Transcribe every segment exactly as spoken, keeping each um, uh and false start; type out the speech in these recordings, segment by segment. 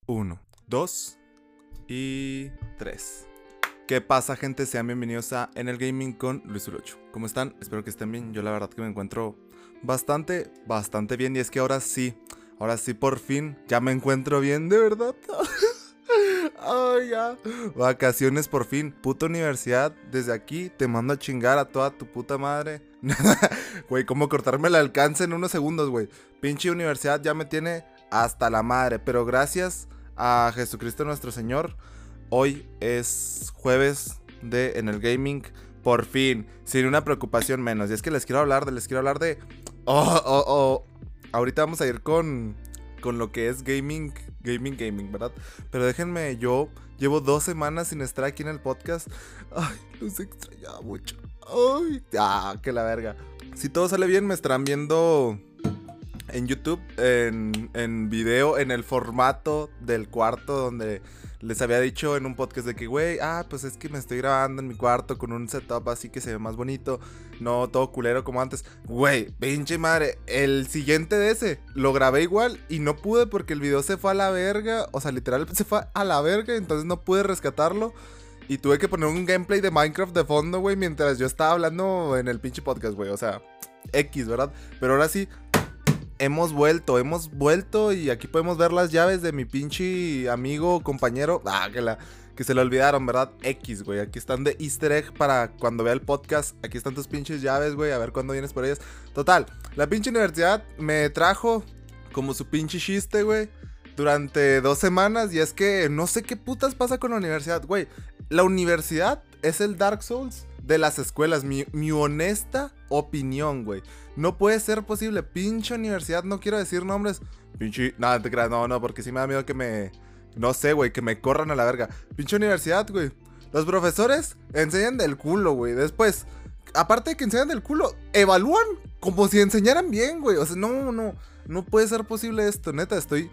Uno, dos y tres. ¿Qué pasa, gente? Sean bienvenidos a En el Gaming con Luis Urocho. ¿Cómo están? Espero que estén bien. Yo la verdad que me encuentro bastante, bastante bien. Y es que ahora sí, ahora sí por fin ya me encuentro bien, de verdad. Ay, ya. Vacaciones por fin. Puta universidad, desde aquí te mando a chingar a toda tu puta madre. Güey, ¿cómo cortarme el alcance en unos segundos, güey? Pinche universidad ya me tiene hasta la madre. Pero gracias a Jesucristo nuestro Señor, hoy es jueves de En el Gaming. Por fin, sin una preocupación menos. Y es que les quiero hablar de, les quiero hablar de... Oh, oh, oh. Ahorita vamos a ir con... con lo que es gaming, gaming, gaming, ¿verdad? Pero déjenme, yo llevo dos semanas sin estar aquí en el podcast. Ay, los extrañaba mucho. Ay, ah, que la verga. Si todo sale bien, me estarán viendo en YouTube, en, en video, en el formato del cuarto donde les había dicho en un podcast de que, güey, ah, pues es que me estoy grabando en mi cuarto con un setup así que se ve más bonito, no todo culero como antes. Güey, pinche madre, el siguiente de ese lo grabé igual y no pude porque el video se fue a la verga, o sea, literal se fue a la verga, entonces no pude rescatarlo. Y tuve que poner un gameplay de Minecraft de fondo, güey, mientras yo estaba hablando en el pinche podcast, güey, o sea, X, ¿verdad? Pero ahora sí, hemos vuelto, hemos vuelto y aquí podemos ver las llaves de mi pinche amigo, compañero. Ah, que, la, que se le olvidaron, ¿verdad? X, güey. Aquí están de easter egg para cuando vea el podcast. Aquí están tus pinches llaves, güey. A ver cuándo vienes por ellas. Total, la pinche universidad me trajo como su pinche chiste, güey, durante dos semanas. Y es que no sé qué putas pasa con la universidad, güey. La universidad es el Dark Souls de las escuelas, mi, mi honesta opinión, güey. No puede ser posible, pinche universidad, no quiero decir nombres. Pinche, nada, te creas, no, no, porque sí me da miedo que me, no sé, güey, que me corran a la verga. Pinche universidad, güey. Los profesores enseñan del culo, güey. Después, aparte de que enseñan del culo, evalúan como si enseñaran bien, güey. O sea, no, no, no puede ser posible esto, neta, estoy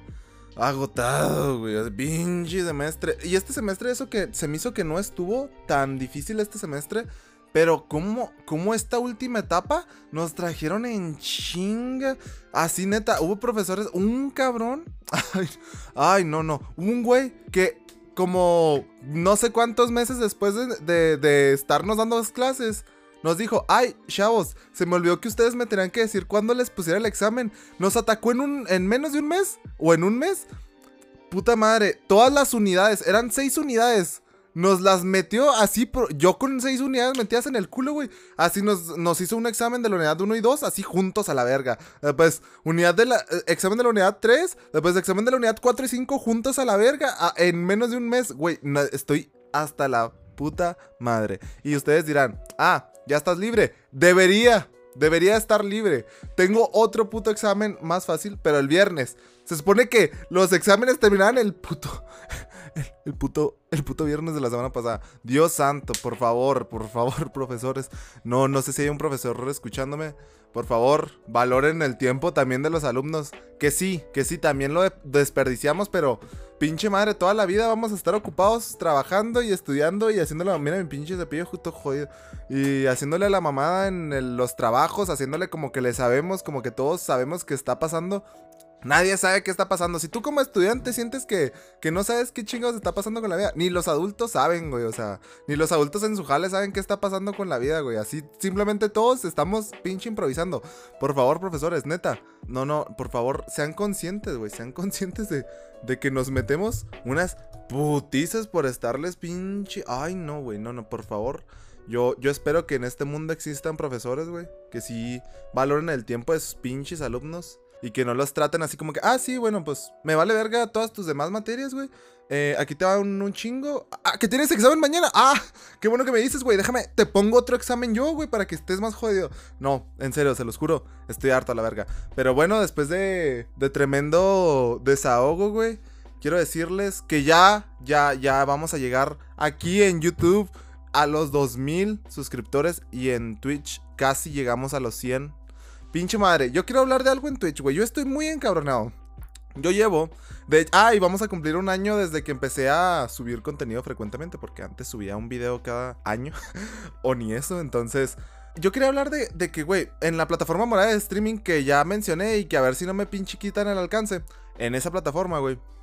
agotado, güey, pinche semestre. Y este semestre, eso que se me hizo que no estuvo tan difícil este semestre. Pero como, como esta última etapa nos trajeron en chinga. Así neta, hubo profesores, un cabrón. Ay, ay no, no, un güey que como no sé cuántos meses después de, de, de estarnos dando las clases, nos dijo, ay, chavos, se me olvidó que ustedes me tenían que decir cuándo les pusiera el examen. Nos atacó en, un, en menos de un mes, o en un mes. Puta madre, todas las unidades, eran seis unidades. Nos las metió así, por, yo con seis unidades metidas en el culo, güey. Así nos, nos hizo un examen de la unidad uno y dos, así juntos a la verga. Después, unidad de la, eh, examen de la unidad tres, después examen de la unidad cuatro y cinco juntos a la verga. A, en menos de un mes, güey, no, estoy hasta la puta madre. Y ustedes dirán, ah, ya estás libre. Debería, debería estar libre. Tengo otro puto examen más fácil, pero el viernes. Se supone que los exámenes terminaban el puto... El, el puto, el puto viernes de la semana pasada. Dios santo, por favor, por favor, profesores. No, no sé si hay un profesor escuchándome. Por favor, valoren el tiempo también de los alumnos. Que sí, que sí, también lo desperdiciamos, pero pinche madre, toda la vida vamos a estar ocupados trabajando y estudiando y haciéndole, mira mi pinche cepillo justo jodido. Y haciéndole la mamada en el, los trabajos, haciéndole como que le sabemos, como que todos sabemos que está pasando. Nadie sabe qué está pasando. Si tú como estudiante sientes que, que no sabes qué chingados está pasando con la vida, ni los adultos saben, güey, o sea, ni los adultos en su jale saben qué está pasando con la vida, güey. Así simplemente todos estamos pinche improvisando. Por favor, profesores, neta, no, no, por favor, sean conscientes, güey, sean conscientes de, de que nos metemos unas putizas por estarles pinche... Ay, no, güey, no, no, por favor. Yo, yo espero que en este mundo existan profesores, güey, que sí valoren el tiempo de sus pinches alumnos. Y que no los traten así como que, ah, sí, bueno, pues me vale verga todas tus demás materias, güey. Eh, aquí te va un, un chingo. Ah, que tienes examen mañana. Ah, qué bueno que me dices, güey. Déjame, te pongo otro examen yo, güey, para que estés más jodido. No, en serio, se los juro. Estoy harto a la verga. Pero bueno, después de, de tremendo desahogo, güey, quiero decirles que ya, ya, ya vamos a llegar aquí en YouTube a los dos mil suscriptores. Y en Twitch casi llegamos a los cien. Pinche madre, yo quiero hablar de algo en Twitch, güey. Yo estoy muy encabronado. Yo llevo... De... Ah, y vamos a cumplir un año desde que empecé a subir contenido frecuentemente. Porque antes subía un video cada año. O ni eso, entonces... Yo quería hablar de, de que, güey, en la plataforma morada de streaming que ya mencioné y que a ver si no me pinche quitan el alcance. En esa plataforma, güey,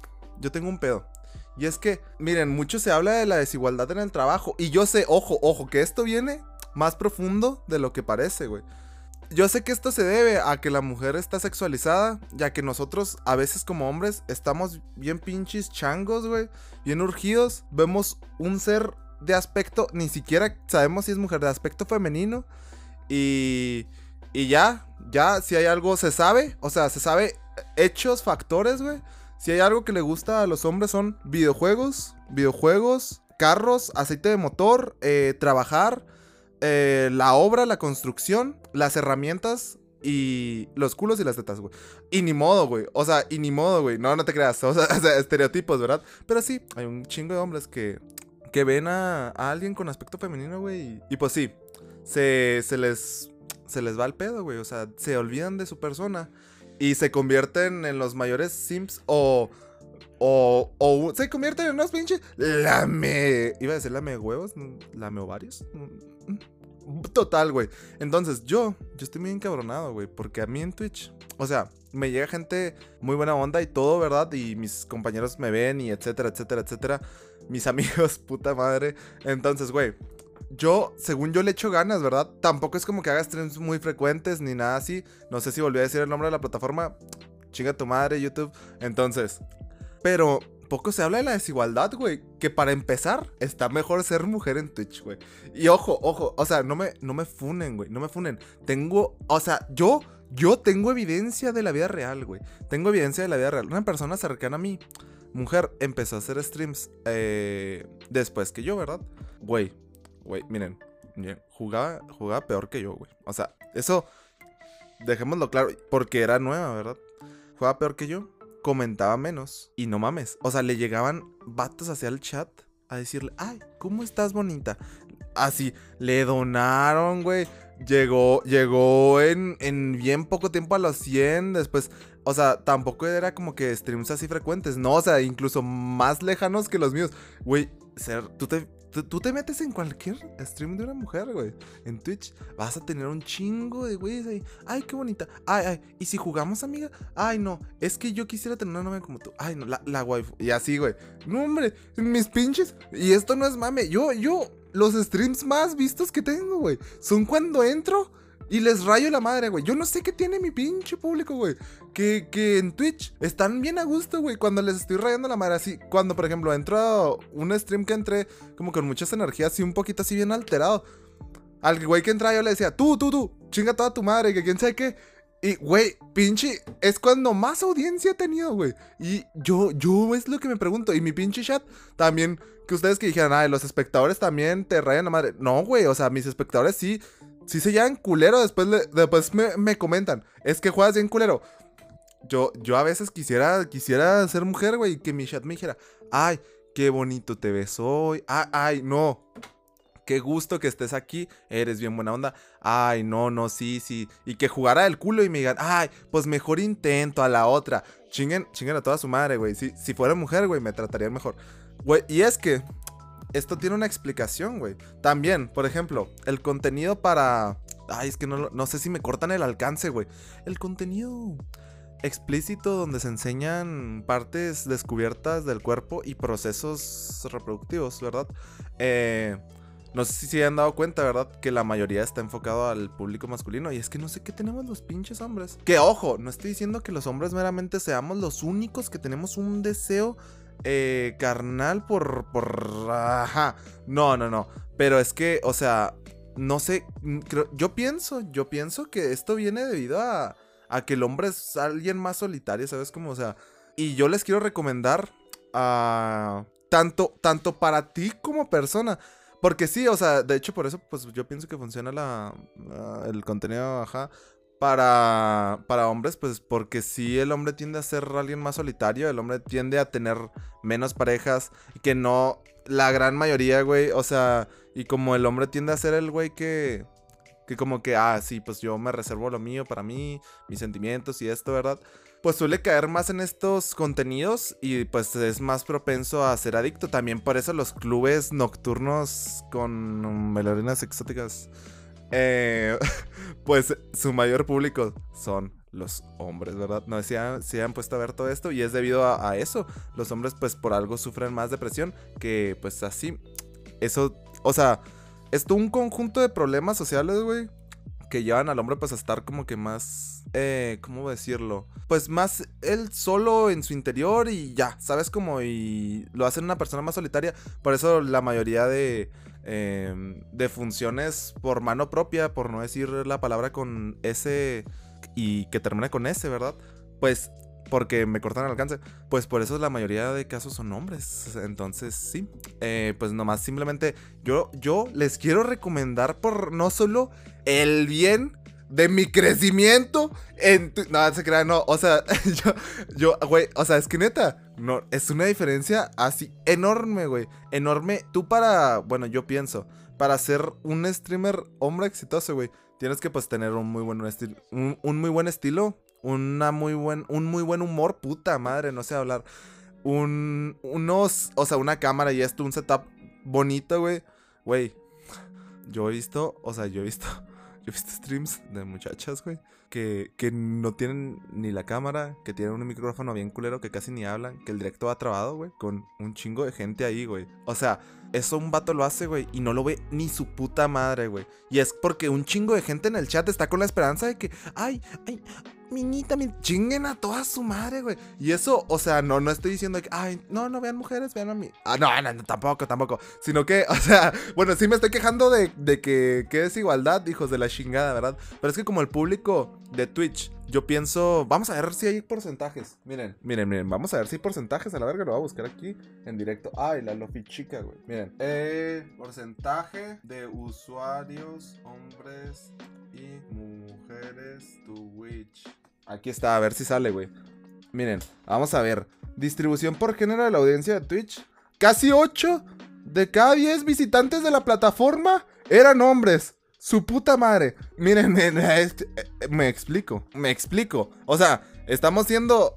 yo tengo un pedo. Y es que, miren, mucho se habla de la desigualdad en el trabajo. Y yo sé, ojo, ojo, que esto viene más profundo de lo que parece, güey. Yo sé que esto se debe a que la mujer está sexualizada, ya que nosotros a veces como hombres estamos bien pinches changos, güey, bien urgidos. Vemos un ser de aspecto, ni siquiera sabemos si es mujer, de aspecto femenino. Y, y ya, ya, si hay algo, se sabe, o sea, se sabe hechos, factores, güey. Si hay algo que le gusta a los hombres son videojuegos, videojuegos, carros, aceite de motor, eh, trabajar, eh, la obra, la construcción, las herramientas y los culos y las tetas, güey. Y ni modo, güey. O sea, y ni modo, güey. No, no te creas. O sea, o sea, estereotipos, ¿verdad? Pero sí, hay un chingo de hombres que, que ven a, a alguien con aspecto femenino, güey. Y, y pues sí, se, se les... Se les va el pedo, güey. O sea, se olvidan de su persona y se convierten en los mayores simps o... O, o se convierten en unos pinches lame... Iba a decir lame huevos, lame ovarios. Total, güey. Entonces, yo, yo estoy muy encabronado, güey. Porque a mí en Twitch, o sea, me llega gente muy buena onda y todo, ¿verdad? Y mis compañeros me ven y etcétera, etcétera, etcétera. Mis amigos, puta madre. Entonces, güey, yo, según yo le echo ganas, ¿verdad? Tampoco es como que haga streams muy frecuentes ni nada así. No sé si volví a decir el nombre de la plataforma. Chinga tu madre, YouTube. Entonces, pero poco se habla de la desigualdad, güey. Que para empezar, está mejor ser mujer en Twitch, güey. Y ojo, ojo, o sea, no me, no me funen, güey. No me funen. Tengo, o sea, yo, yo tengo evidencia de la vida real, güey. Tengo evidencia de la vida real. Una persona cercana a mí, mujer, empezó a hacer streams eh, después que yo, ¿verdad? Güey. Güey, miren, miren, jugaba, jugaba peor que yo, güey. O sea, eso, dejémoslo claro, porque era nueva, ¿verdad? Jugaba peor que yo, comentaba menos, y no mames. O sea, le llegaban vatos hacia el chat a decirle, ay, ¿cómo estás, bonita? Así, le donaron, güey. Llegó, llegó en, en bien poco tiempo a los cien, después... O sea, tampoco era como que streams así frecuentes, no, o sea, incluso más lejanos que los míos. Güey, ser, tú te... Tú, tú te metes en cualquier stream de una mujer, güey. En Twitch vas a tener un chingo de güeyes ahí. Ay, qué bonita. Ay, ay. ¿Y si jugamos, amiga? Ay, no. Es que yo quisiera tener una novia como tú. Ay, no. La, la waifu. Y así, güey. No, hombre. Mis pinches. Y esto no es mame. Yo, yo. Los streams más vistos que tengo, güey, son cuando entro y les rayo la madre, güey. Yo no sé qué tiene mi pinche público, güey. Que, que en Twitch están bien a gusto, güey. Cuando les estoy rayando la madre así. Cuando, por ejemplo, entro a un stream que entré como con muchas energías y un poquito así bien alterado. Al güey que entraba yo le decía, tú, tú, tú, chinga toda tu madre, que quién sabe qué. Y, güey, pinche, es cuando más audiencia he tenido, güey. Y yo, yo es lo que me pregunto. Y mi pinche chat también, que ustedes que dijeran, ay, los espectadores también te rayan la madre. No, güey, o sea, mis espectadores sí... Sí se llaman culero, después, le, después me, me comentan, es que juegas bien culero. Yo, yo a veces quisiera, quisiera ser mujer, güey, y que mi chat me dijera, ay, qué bonito te ves hoy. Ay, ay, no, qué gusto que estés aquí, eres bien buena onda. Ay, no, no, sí, sí. Y que jugara el culo y me digan, ay, pues mejor intento a la otra. Chinguen, chinguen a toda su madre, güey. Si, si fuera mujer, güey, me tratarían mejor. Güey, y es que... esto tiene una explicación, güey. También, por ejemplo, el contenido para... Ay, es que no, no sé si me cortan el alcance, güey. El contenido explícito donde se enseñan partes descubiertas del cuerpo y procesos reproductivos, ¿verdad? Eh, no sé si se han dado cuenta, ¿verdad? Que la mayoría está enfocado al público masculino. Y es que no sé qué tenemos los pinches hombres. Que ojo, no estoy diciendo que los hombres meramente seamos los únicos que tenemos un deseo... Eh, carnal por, por, ajá, no, no, no, pero es que, o sea, no sé, creo, yo pienso, yo pienso que esto viene debido a, a que el hombre es alguien más solitario, ¿sabes? Como, o sea, y yo les quiero recomendar a, tanto, tanto para ti como persona, porque sí, o sea, de hecho por eso, pues yo pienso que funciona la, la el contenido, ajá. Para, para hombres, pues porque si el hombre tiende a ser alguien más solitario, el hombre tiende a tener menos parejas, y que no, la gran mayoría, güey, o sea, y como el hombre tiende a ser el güey que, que como que, ah, sí, pues yo me reservo lo mío para mí, mis sentimientos y esto, ¿verdad? Pues suele caer más en estos contenidos y pues es más propenso a ser adicto. También por eso los clubes nocturnos con bailarinas exóticas... Eh, pues su mayor público son los hombres, ¿verdad? No, se han, se han puesto a ver todo esto y es debido a, a eso. Los hombres pues por algo sufren más depresión que pues así. Eso, o sea, es todo un conjunto de problemas sociales, güey, que llevan al hombre pues a estar como que más, eh, ¿cómo decirlo? Pues más él solo en su interior y ya, ¿sabes? Como y lo hacen una persona más solitaria. Por eso la mayoría de, eh, de funciones por mano propia, por no decir la palabra con S y que termina con S, ¿verdad? Pues porque me cortan el alcance. Pues por eso la mayoría de casos son hombres. Entonces sí, eh, pues nomás simplemente yo, yo les quiero recomendar por no solo el bien de mi crecimiento en tu... No, se crea, no, o sea, yo, yo, güey, o sea, es que neta, no, es una diferencia así enorme, güey, enorme. Tú para, bueno, yo pienso, para ser un streamer hombre exitoso, güey, tienes que pues tener un muy buen estilo, un, un muy buen estilo, una muy buen, un muy buen humor, puta madre, no sé hablar, un, unos, o sea, una cámara y esto, un setup bonito, güey, güey, yo he visto, o sea, yo he visto... Yo he visto streams de muchachas, güey, que, que no tienen ni la cámara, que tienen un micrófono bien culero, que casi ni hablan, que el directo va trabado, güey, con un chingo de gente ahí, güey. O sea, eso un vato lo hace, güey, y no lo ve ni su puta madre, güey. Y es porque un chingo de gente en el chat está con la esperanza de que, ay, ay, minita, mi... chinguen a toda su madre, güey. Y eso, o sea, no, no estoy diciendo que, ay, no, no vean mujeres, vean a mí. Ah, no, no, no, tampoco, tampoco. Sino que, o sea, bueno, sí me estoy quejando de, de que, que desigualdad, hijos de la chingada, ¿verdad? Pero es que como el público de Twitch, yo pienso, vamos a ver si hay porcentajes. Miren, miren, miren, vamos a ver si hay porcentajes. A la verga lo voy a buscar aquí en directo. Ay, la Lofi chica, güey. Miren, eh, porcentaje de usuarios, hombres y mujeres Twitch. Aquí está, a ver si sale, güey. Miren, vamos a ver. Distribución por género de la audiencia de Twitch. Casi ocho de cada diez visitantes de la plataforma eran hombres. Su puta madre. Miren, me, me, me explico. Me explico. O sea, estamos siendo...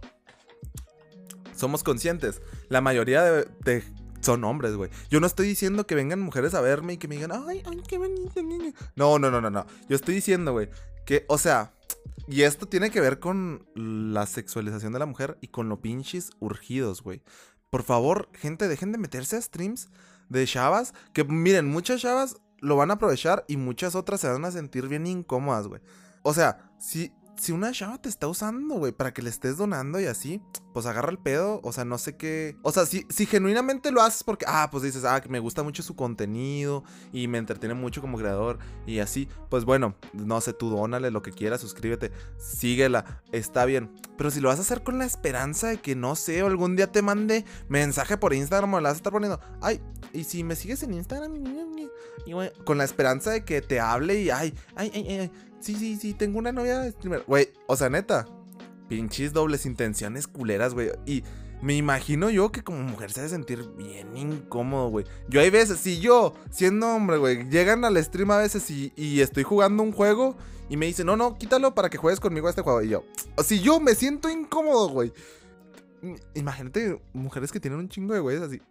Somos conscientes. La mayoría de... de son hombres, güey. Yo no estoy diciendo que vengan mujeres a verme y que me digan, ay, ay, qué bonita niña. No, no, no, no, no. Yo estoy diciendo, güey, que, o sea... Y esto tiene que ver con la sexualización de la mujer y con los pinches urgidos, güey. Por favor, gente, dejen de meterse a streams de chavas. Que miren, muchas chavas lo van a aprovechar y muchas otras se van a sentir bien incómodas, güey. O sea, si, si una chava te está usando, güey, para que le estés donando y así, pues agarra el pedo. O sea, no sé qué. O sea, si, si genuinamente lo haces porque, ah, pues dices, ah, que me gusta mucho su contenido y me entretiene mucho como creador y así, pues bueno, no sé, tú dónale lo que quieras, suscríbete, síguela, está bien. Pero si lo vas a hacer con la esperanza de que, no sé, algún día te mande mensaje por Instagram o le vas a estar poniendo, ay, y si me sigues en Instagram, y, güey, con la esperanza de que te hable y, ay, ay, ay, ay, sí, sí, sí, tengo una novia streamer, güey, o sea, neta, pinches dobles intenciones culeras, güey. Y me imagino yo que como mujer se debe sentir bien incómodo, güey. Yo hay veces, si yo, siendo hombre, güey, llegan al stream a veces y, y estoy jugando un juego y me dicen, no, no, quítalo para que juegues conmigo a este juego. Y yo, si yo me siento incómodo, güey. Imagínate mujeres que tienen un chingo de güeyes así.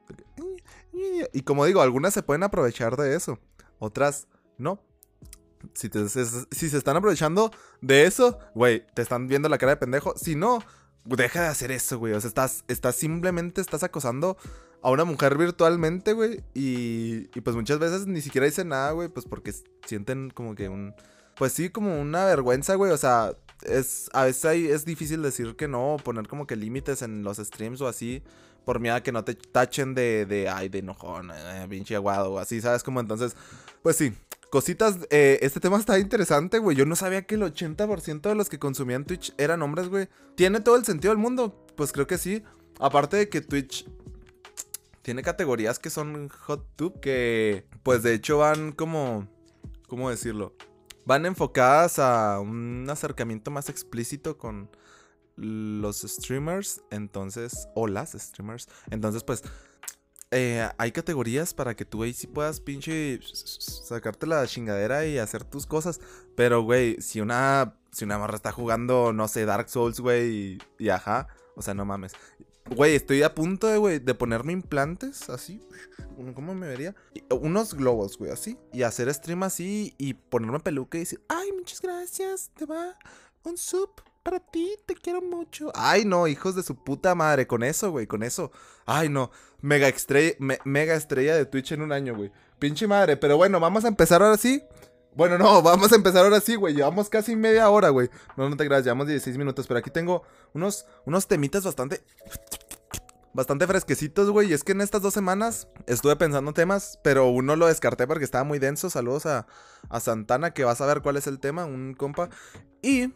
Y como digo, algunas se pueden aprovechar de eso, otras no. Si, te, si se están aprovechando de eso, güey, te están viendo la cara de pendejo. Si no, deja de hacer eso, güey. O sea, estás, estás simplemente estás acosando a una mujer virtualmente, güey. Y, y pues muchas veces ni siquiera dicen nada, güey. Pues porque sienten como que un... Pues sí, como una vergüenza, güey. O sea, es, a veces hay, es difícil decir que no. Poner como que límites en los streams o así. Por miedo a que no te tachen de, de ay, de enojón, eh, pinche aguado o así, ¿sabes? Como entonces, pues sí. Cositas, eh, este tema está interesante, güey. Yo no sabía que el ochenta por ciento de los que consumían Twitch eran hombres, güey. ¿Tiene todo el sentido del mundo? Pues creo que sí. Aparte de que Twitch tiene categorías que son hot tube, que pues de hecho van como... ¿Cómo decirlo? Van enfocadas a un acercamiento más explícito con los streamers. Entonces, o las streamers. Entonces, pues... Eh, hay categorías para que tú ahí sí puedas pinche sacarte la chingadera y hacer tus cosas. Pero, güey, si una si una morra está jugando, no sé, Dark Souls, güey, y, y ajá, o sea, no mames. Güey, estoy a punto de, güey, de ponerme implantes, así, ¿cómo me vería? Y, unos globos, güey, así, y hacer stream así, y ponerme peluca y decir, ay, muchas gracias, te va un sub para ti, te quiero mucho. Ay, no, hijos de su puta madre, con eso, güey, con eso. Ay, no, mega estrella, me, mega estrella de Twitch en un año, güey. Pinche madre, pero bueno, vamos a empezar ahora sí. Bueno, no, vamos a empezar ahora sí, güey. Llevamos casi media hora, güey. No, no te creas, llevamos dieciséis minutos. Pero aquí tengo unos, unos temitas bastante... Bastante fresquecitos, güey. Y es que en estas dos semanas estuve pensando temas, pero uno lo descarté porque estaba muy denso. Saludos a, a Santana, que vas a ver cuál es el tema, un compa. Y...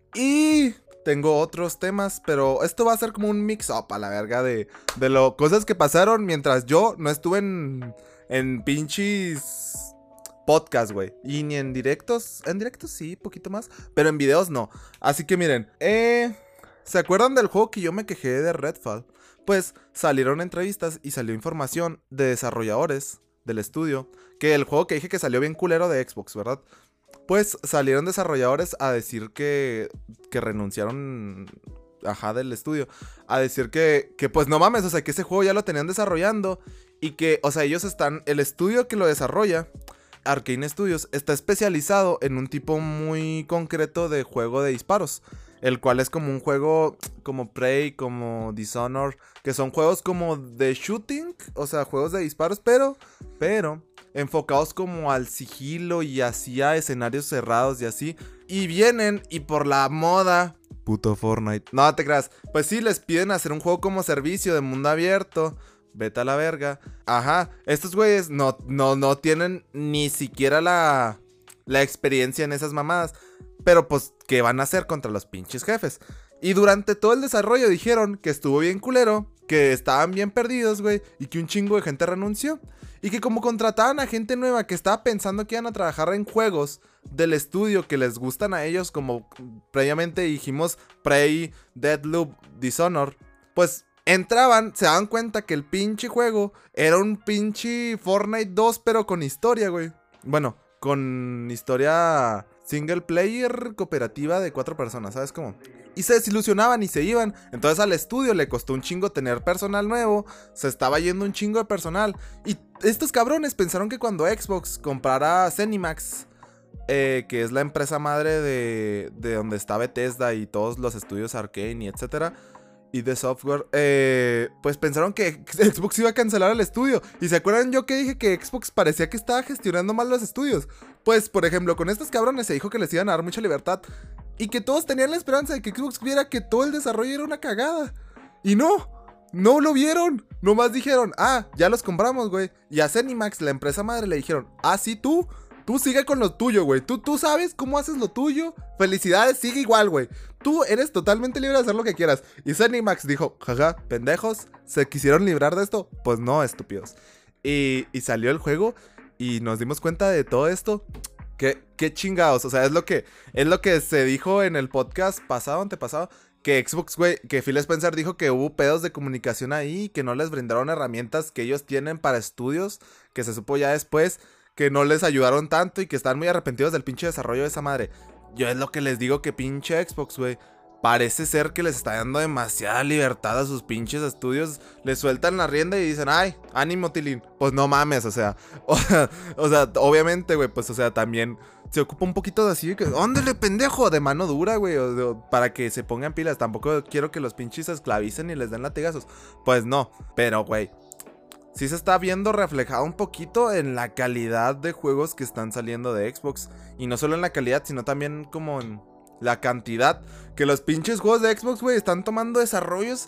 Y... Tengo otros temas, pero esto va a ser como un mix-up a la verga de, de lo, cosas que pasaron mientras yo no estuve en, en pinches... podcast, güey. Y ni en directos. En directos sí, poquito más. Pero en videos no. Así que miren. Eh, ¿Se acuerdan del juego que yo me quejé de Redfall? Pues salieron entrevistas y salió información de desarrolladores del estudio. Que el juego que dije que salió bien culero de Xbox, ¿verdad? Pues salieron desarrolladores a decir que, que renunciaron... Ajá, del estudio. A decir que, que pues no mames, o sea, que ese juego ya lo tenían desarrollando. Y que, o sea, ellos están... El estudio que lo desarrolla... Arkane Studios está especializado en un tipo muy concreto de juego de disparos, el cual es como un juego como Prey, como Dishonored, que son juegos como de shooting, o sea, juegos de disparos, pero, pero, enfocados como al sigilo y así a escenarios cerrados y así, y vienen y por la moda... Puto Fortnite. No te creas, pues sí, les piden hacer un juego como servicio de mundo abierto... Vete a la verga. Ajá, estos güeyes no, no, no tienen ni siquiera la, la experiencia en esas mamadas. Pero pues, ¿qué van a hacer contra los pinches jefes? Y durante todo el desarrollo dijeron que estuvo bien culero, que estaban bien perdidos, güey, y que un chingo de gente renunció. Y que como contrataban a gente nueva que estaba pensando que iban a trabajar en juegos del estudio que les gustan a ellos, como previamente dijimos, Prey, Deathloop, Dishonored, pues... entraban, se daban cuenta que el pinche juego era un pinche Fortnite dos, pero con historia, güey. Bueno, con historia single player cooperativa de cuatro personas, ¿sabes cómo? Y se desilusionaban y se iban. Entonces al estudio le costó un chingo tener personal nuevo. Se estaba yendo un chingo de personal. Y estos cabrones pensaron que cuando Xbox comprara Zenimax, eh, que es la empresa madre de, de donde está Bethesda y todos los estudios Arkane y etcétera, y de software, eh, pues pensaron que Xbox iba a cancelar el estudio. ¿Y se acuerdan yo que dije que Xbox parecía que estaba gestionando mal los estudios? Pues, por ejemplo, con estos cabrones se dijo que les iban a dar mucha libertad y que todos tenían la esperanza de que Xbox viera que todo el desarrollo era una cagada. Y no, no lo vieron. Nomás dijeron, ah, ya los compramos, güey. Y a Zenimax, la empresa madre, le dijeron, ah, sí, tú Tú sigue con lo tuyo, güey. Tú, tú sabes cómo haces lo tuyo. Felicidades, sigue igual, güey. Tú eres totalmente libre de hacer lo que quieras. Y Zenimax dijo, jaja, pendejos, ¿se quisieron librar de esto? Pues no, estúpidos. Y, y salió el juego y nos dimos cuenta de todo esto. Qué, qué chingados. O sea, es lo que, es lo que se dijo en el podcast pasado, antepasado. Que Xbox, güey, que Phil Spencer dijo que hubo pedos de comunicación ahí. Que no les brindaron herramientas que ellos tienen para estudios. Que se supo ya después que no les ayudaron tanto y que están muy arrepentidos del pinche desarrollo de esa madre. Yo es lo que les digo, que pinche Xbox, güey, parece ser que les está dando demasiada libertad a sus pinches estudios. Les sueltan la rienda y dicen, ay, ánimo, Tilín. Pues no mames, o sea, o, o sea, obviamente, güey, pues, o sea, también se ocupa un poquito de así, que, óndele, pendejo, de mano dura, güey, o, o, para que se pongan pilas. Tampoco quiero que los pinches se esclavicen y les den latigazos. Pues no, pero, güey, sí se está viendo reflejado un poquito en la calidad de juegos que están saliendo de Xbox. Y no solo en la calidad, sino también como en la cantidad. Que los pinches juegos de Xbox, güey, están tomando desarrollos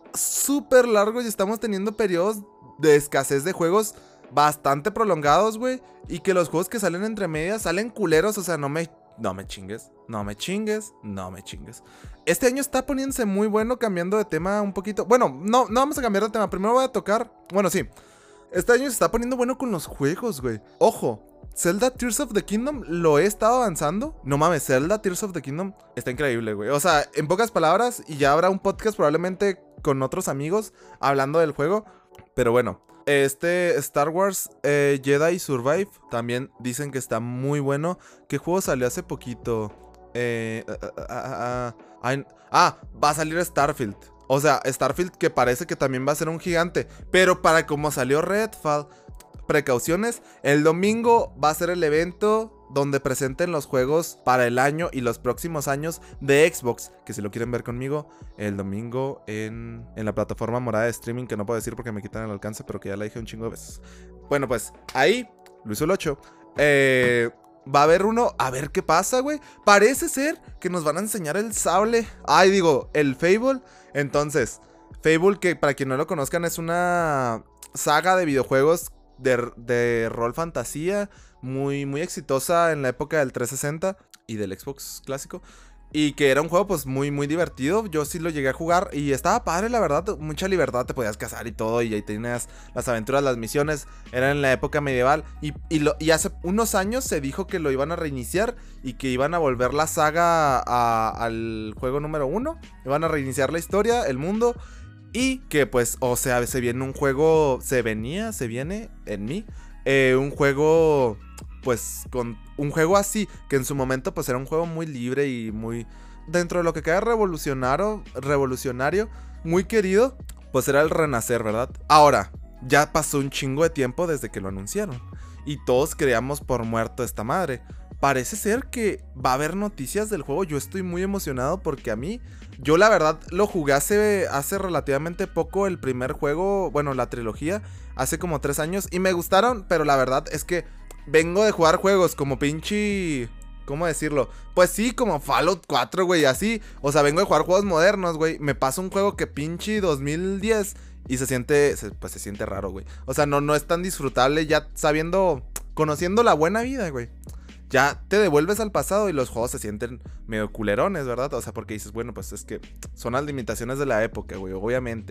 súper largos. Y estamos teniendo periodos de escasez de juegos bastante prolongados, güey. Y que los juegos que salen entre medias salen culeros. O sea, no me... No me chingues, no me chingues, no me chingues. Este año está poniéndose muy bueno, cambiando de tema un poquito. Bueno, no, no vamos a cambiar de tema. Primero voy a tocar... Bueno, sí. Este año se está poniendo bueno con los juegos, güey. Ojo, Zelda Tears of the Kingdom lo he estado avanzando. No mames, Zelda Tears of the Kingdom está increíble, güey. O sea, en pocas palabras, y ya habrá un podcast probablemente con otros amigos hablando del juego. Pero bueno, este Star Wars eh, Jedi Survive también dicen que está muy bueno. ¿Qué juego salió hace poquito? Eh, uh, uh, uh, uh, uh, ah, va a salir Starfield. O sea, Starfield, que parece que también va a ser un gigante. Pero para como salió Redfall, precauciones, el domingo va a ser el evento donde presenten los juegos para el año y los próximos años de Xbox, que si lo quieren ver conmigo, el domingo en, en la plataforma morada de streaming, que no puedo decir porque me quitan el alcance, pero que ya la dije un chingo de veces. Bueno, pues ahí, Luis el ocho, eh... va a haber uno, a ver qué pasa, güey. Parece ser que nos van a enseñar el sable. Ay, digo, el Fable. Entonces, Fable, que para quien no lo conozcan, es una saga de videojuegos de, de rol fantasía muy, muy exitosa en la época del trescientos sesenta y del Xbox clásico. Y que era un juego pues muy muy divertido. Yo sí lo llegué a jugar y estaba padre, la verdad. Mucha libertad, te podías casar y todo. Y ahí tenías las aventuras, las misiones. Era en la época medieval. Y, y, lo, y hace unos años se dijo que lo iban a reiniciar. Y que iban a volver la saga a, al juego número uno. Iban a reiniciar la historia, el mundo. Y que pues, o sea, se viene un juego. Se venía, se viene en mí eh, un juego... Pues con un juego así, que en su momento pues era un juego muy libre y muy... Dentro de lo que queda revolucionario, revolucionario, muy querido, pues era el renacer, ¿verdad? Ahora, ya pasó un chingo de tiempo desde que lo anunciaron. Y todos creíamos por muerto esta madre. Parece ser que va a haber noticias del juego. Yo estoy muy emocionado porque a mí... Yo la verdad lo jugué hace, hace relativamente poco el primer juego, bueno, la trilogía, hace como tres años. Y me gustaron, pero la verdad es que... Vengo de jugar juegos como pinche... ¿Cómo decirlo? Pues sí, como Fallout cuatro, güey, así. O sea, vengo de jugar juegos modernos, güey. Me pasa un juego que pinche dos mil diez y se siente... Se, pues se siente raro, güey. O sea, no, no es tan disfrutable ya sabiendo... Conociendo la buena vida, güey. Ya te devuelves al pasado y los juegos se sienten medio culerones, ¿verdad? O sea, porque dices, bueno, pues es que son las limitaciones de la época, güey, obviamente.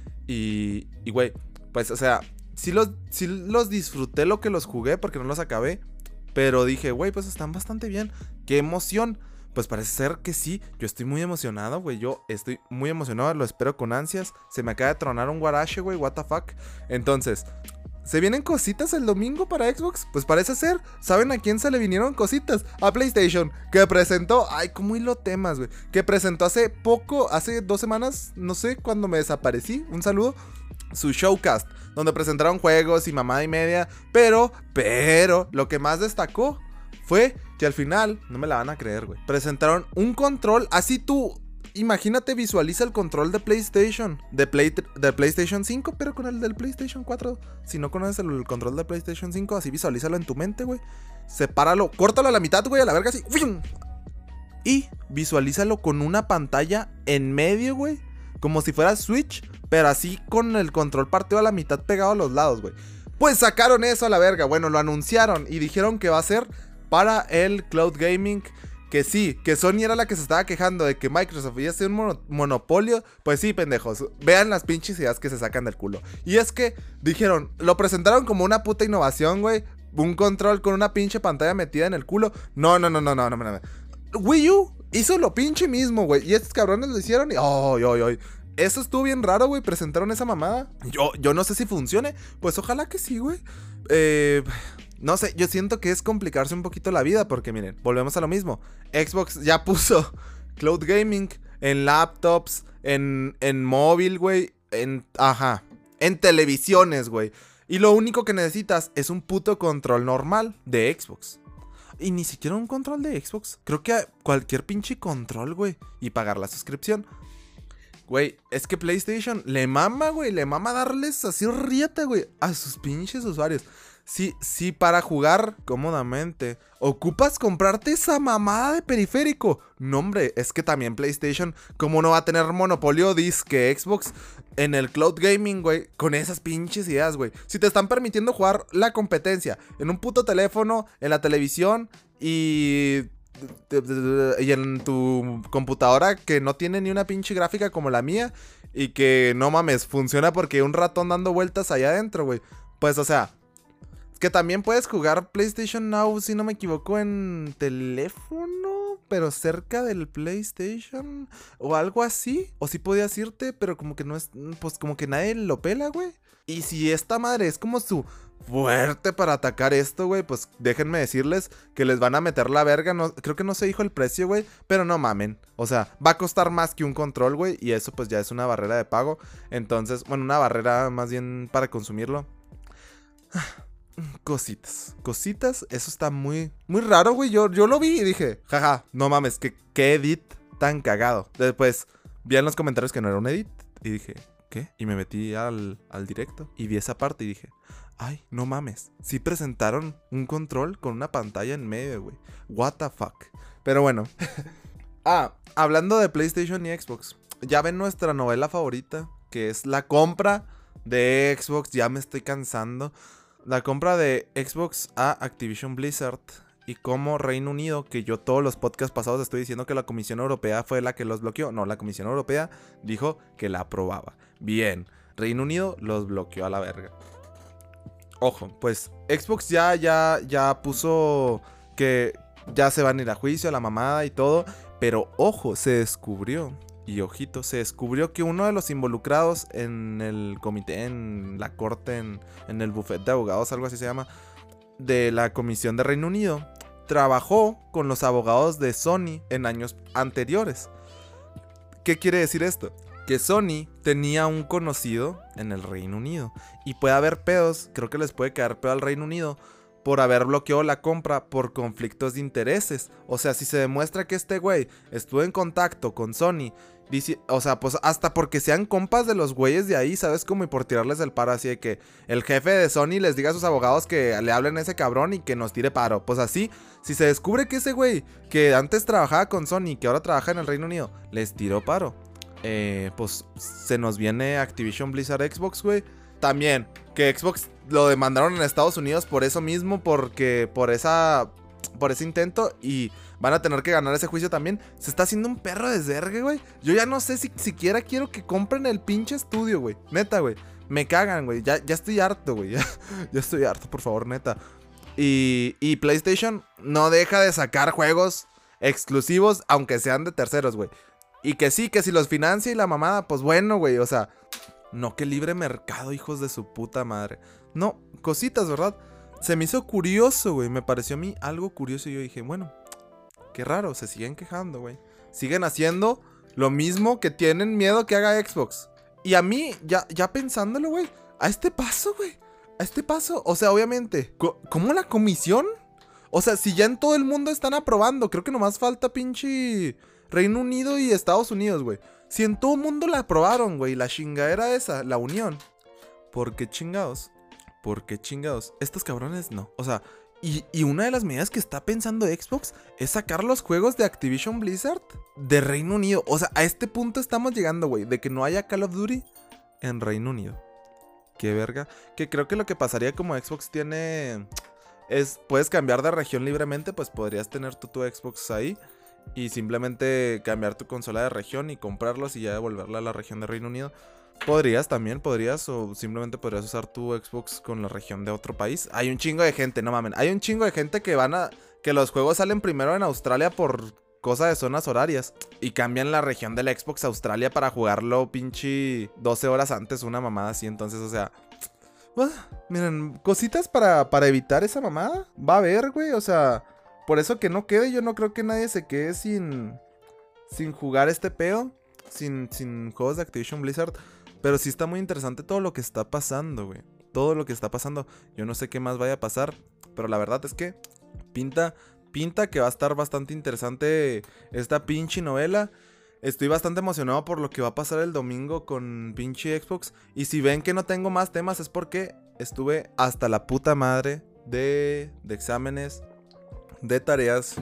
Y, y, güey, pues, o sea... Sí los, sí los disfruté lo que los jugué porque no los acabé. Pero dije, güey, pues están bastante bien. ¡Qué emoción! Pues parece ser que sí. Yo estoy muy emocionado, güey. Yo estoy muy emocionado. Lo espero con ansias. Se me acaba de tronar un guarache, güey. What the fuck. Entonces, ¿se vienen cositas el domingo para Xbox? Pues parece ser. ¿Saben a quién se le vinieron cositas? A PlayStation. Que presentó... Ay, cómo hilo temas, güey. Que presentó hace poco, hace dos semanas. No sé, cuando me desaparecí. Un saludo. Su showcast, donde presentaron juegos y mamada y media. Pero, pero, lo que más destacó fue que al final, no me la van a creer, güey, presentaron un control, así tú, imagínate, visualiza el control de PlayStation, de, Play, de PlayStation cinco, pero con el del PlayStation cuatro. Si no conoces el, el control de PlayStation cinco, así visualízalo en tu mente, güey. Sepáralo, córtalo a la mitad, güey, a la verga así. Y visualízalo con una pantalla en medio, güey, como si fuera Switch, pero así con el control partido a la mitad pegado a los lados, güey. Pues sacaron eso a la verga. Bueno, lo anunciaron y dijeron que va a ser para el cloud gaming. Que sí, que Sony era la que se estaba quejando de que Microsoft iba a ser un mono monopolio. Pues sí, pendejos. Vean las pinches ideas que se sacan del culo. Y es que dijeron, lo presentaron como una puta innovación, güey. Un control con una pinche pantalla metida en el culo. No, no, no, no, no, no, no, no. Wii U hizo lo pinche mismo, güey. Y estos cabrones lo hicieron y... ¡Ay, ay, ay! Eso estuvo bien raro, güey. Presentaron esa mamada. Yo, yo no sé si funcione. Pues ojalá que sí, güey. Eh... No sé, yo siento que es complicarse un poquito la vida. Porque miren, volvemos a lo mismo. Xbox ya puso cloud gaming en laptops, en, en móvil, güey. En... Ajá. En televisiones, güey. Y lo único que necesitas es un puto control normal de Xbox. Y ni siquiera un control de Xbox. Creo que cualquier pinche control, güey. Y pagar la suscripción. Güey, es que PlayStation le mama, güey. Le mama darles así rieta, güey, a sus pinches usuarios. Sí, sí, para jugar cómodamente ocupas comprarte esa mamada de periférico. No, hombre, es que también PlayStation, ¿cómo no va a tener monopolio disque Xbox en el cloud gaming, güey? Con esas pinches ideas, güey. Si te están permitiendo jugar la competencia en un puto teléfono, en la televisión y... y en tu computadora que no tiene ni una pinche gráfica como la mía y que no mames, funciona porque un ratón dando vueltas allá adentro, güey. Pues, o sea, que también puedes jugar PlayStation Now, si no me equivoco, en teléfono, pero cerca del PlayStation o algo así. O sí podías irte, pero como que no es, pues como que nadie lo pela, güey. Y si esta madre es como su fuerte para atacar esto, güey, pues déjenme decirles que les van a meter la verga. No, creo que no se dijo el precio, güey, pero no mamen. O sea, va a costar más que un control, güey, y eso pues ya es una barrera de pago. Entonces, bueno, una barrera más bien para consumirlo. Cositas, cositas, eso está muy, muy raro, güey. Yo, yo lo vi y dije, jaja, no mames, que qué edit tan cagado. Después vi en los comentarios que no era un edit y dije, ¿qué? Y me metí al, al directo y vi esa parte y dije, ay, no mames, sí presentaron un control con una pantalla en medio, güey. What the fuck. Pero bueno. Ah, hablando de PlayStation y Xbox, ya ven nuestra novela favorita, que es la compra de Xbox. Ya me estoy cansando. La compra de Xbox a Activision Blizzard y como Reino Unido, que yo todos los podcasts pasados estoy diciendo que la Comisión Europea fue la que los bloqueó. No, la Comisión Europea dijo que la aprobaba. Bien, Reino Unido los bloqueó a la verga. Ojo, pues Xbox ya, ya, ya puso que ya se van a ir a juicio, a la mamada y todo. Pero ojo, se descubrió, y ojito, se descubrió que uno de los involucrados en el comité, en la corte, en, en el bufete de abogados, algo así se llama, de la Comisión de Reino Unido, trabajó con los abogados de Sony en años anteriores. ¿Qué quiere decir esto? Que Sony tenía un conocido en el Reino Unido. Y puede haber pedos, creo que les puede quedar pedo al Reino Unido por haber bloqueado la compra por conflictos de intereses. O sea, si se demuestra que este güey estuvo en contacto con Sony, dice, o sea, pues hasta porque sean compas de los güeyes de ahí, ¿sabes? Como y por tirarles el paro, así de que el jefe de Sony les diga a sus abogados que le hablen a ese cabrón y que nos tire paro. Pues así, si se descubre que ese güey que antes trabajaba con Sony, que ahora trabaja en el Reino Unido, les tiró paro, eh, pues se nos viene Activision Blizzard Xbox, güey. También, que Xbox lo demandaron en Estados Unidos por eso mismo, porque por esa, por ese intento, y van a tener que ganar ese juicio también. Se está haciendo un perro de desvergue, güey. Yo ya no sé si siquiera quiero que compren el pinche estudio, güey. Neta, güey. Me cagan, güey. Ya, ya estoy harto, güey. Ya, ya estoy harto, por favor, neta. Y, y PlayStation no deja de sacar juegos exclusivos, aunque sean de terceros, güey. Y que sí, que si los financia y la mamada, pues bueno, güey. O sea, no, que libre mercado, hijos de su puta madre. No, cositas, ¿verdad? Se me hizo curioso, güey. Me pareció a mí algo curioso y yo dije, bueno, qué raro, se siguen quejando, güey. Siguen haciendo lo mismo que tienen miedo que haga Xbox. Y a mí, ya, ya pensándolo, güey, a este paso, güey. A este paso, o sea, obviamente, ¿cómo la comisión? O sea, si ya en todo el mundo están aprobando, creo que nomás falta pinche Reino Unido y Estados Unidos, güey. Si en todo el mundo la aprobaron, güey, la chingadera esa, la unión. ¿Por qué chingados? ¿Por qué chingados? Estos cabrones no. O sea, y, y una de las medidas que está pensando Xbox es sacar los juegos de Activision Blizzard de Reino Unido. O sea, a este punto estamos llegando, güey, de que no haya Call of Duty en Reino Unido. Qué verga. Que creo que lo que pasaría, como Xbox tiene... es, puedes cambiar de región libremente, pues podrías tener tú tu Xbox ahí y simplemente cambiar tu consola de región y comprarlos y ya devolverla a la región de Reino Unido. Podrías también, podrías, o simplemente podrías usar tu Xbox con la región de otro país. Hay un chingo de gente, no mamen. Hay un chingo de gente que van a... que los juegos salen primero en Australia por cosa de zonas horarias y cambian la región del Xbox a Australia para jugarlo pinche doce horas antes, una mamada así. Entonces, o sea... Uh, miren, cositas para, para evitar esa mamada. Va a haber, güey, o sea... Por eso que no quede, yo no creo que nadie se quede sin... sin jugar este pedo. Sin, sin juegos de Activision Blizzard. Pero sí está muy interesante todo lo que está pasando, güey. Todo lo que está pasando. Yo no sé qué más vaya a pasar. Pero la verdad es que pinta, pinta que va a estar bastante interesante esta pinche novela. Estoy bastante emocionado por lo que va a pasar el domingo con pinche Xbox. Y si ven que no tengo más temas es porque estuve hasta la puta madre de, de exámenes, de tareas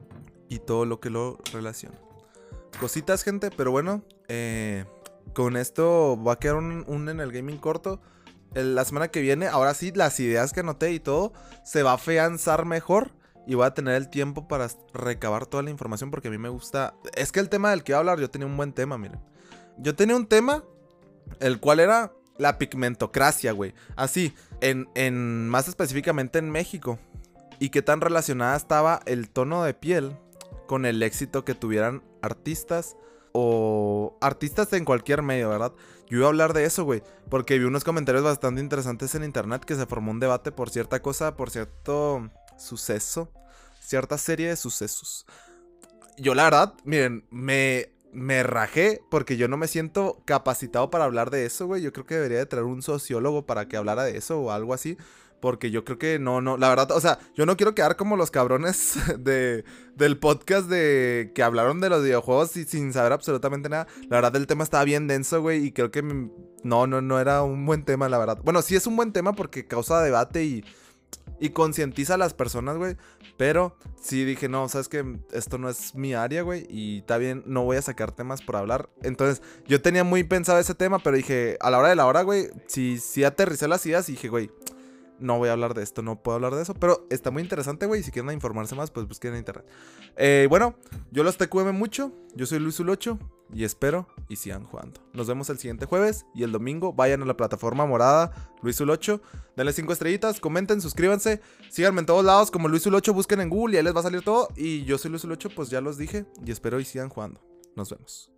y todo lo que lo relaciona. Cositas, gente, pero bueno, eh, con esto va a quedar un, un en el gaming corto. El, la semana que viene, ahora sí, las ideas que anoté y todo se va a afianzar mejor. Y voy a tener el tiempo para recabar toda la información porque a mí me gusta. Es que el tema del que voy a hablar, yo tenía un buen tema, miren. Yo tenía un tema, el cual era la pigmentocracia, güey. Así, en, en, más específicamente en México. Y qué tan relacionada estaba el tono de piel con el éxito que tuvieran artistas o artistas en cualquier medio, ¿verdad? Yo iba a hablar de eso, güey, porque vi unos comentarios bastante interesantes en internet que se formó un debate por cierta cosa, por cierto suceso, cierta serie de sucesos. Yo la verdad, miren, me, me rajé porque yo no me siento capacitado para hablar de eso, güey. Yo creo que debería de traer un sociólogo para que hablara de eso o algo así. Porque yo creo que no, no, la verdad, o sea, yo no quiero quedar como los cabrones de, del podcast de que hablaron de los videojuegos y sin saber absolutamente nada. La verdad, el tema estaba bien denso, güey, y creo que m- no, no, no era un buen tema, la verdad. Bueno, sí es un buen tema porque causa debate y, y concientiza a las personas, güey. Pero sí dije, no, sabes que esto no es mi área, güey. Y está bien, no voy a sacar temas por hablar. Entonces, yo tenía muy pensado ese tema, pero dije, a la hora de la hora, güey, sí, sí aterricé las ideas y dije, güey, no voy a hablar de esto, no puedo hablar de eso. Pero está muy interesante, güey. Si quieren informarse más, pues busquen en internet. Eh, bueno, yo los T Q M mucho. Yo soy Luis Ulocho. Y espero y sigan jugando. Nos vemos el siguiente jueves. Y el domingo vayan a la plataforma morada Luis Ulocho. Denle cinco estrellitas, comenten, suscríbanse. Síganme en todos lados como Luis Ulocho. Busquen en Google y ahí les va a salir todo. Y yo soy Luis Ulocho, pues ya los dije. Y espero y sigan jugando. Nos vemos.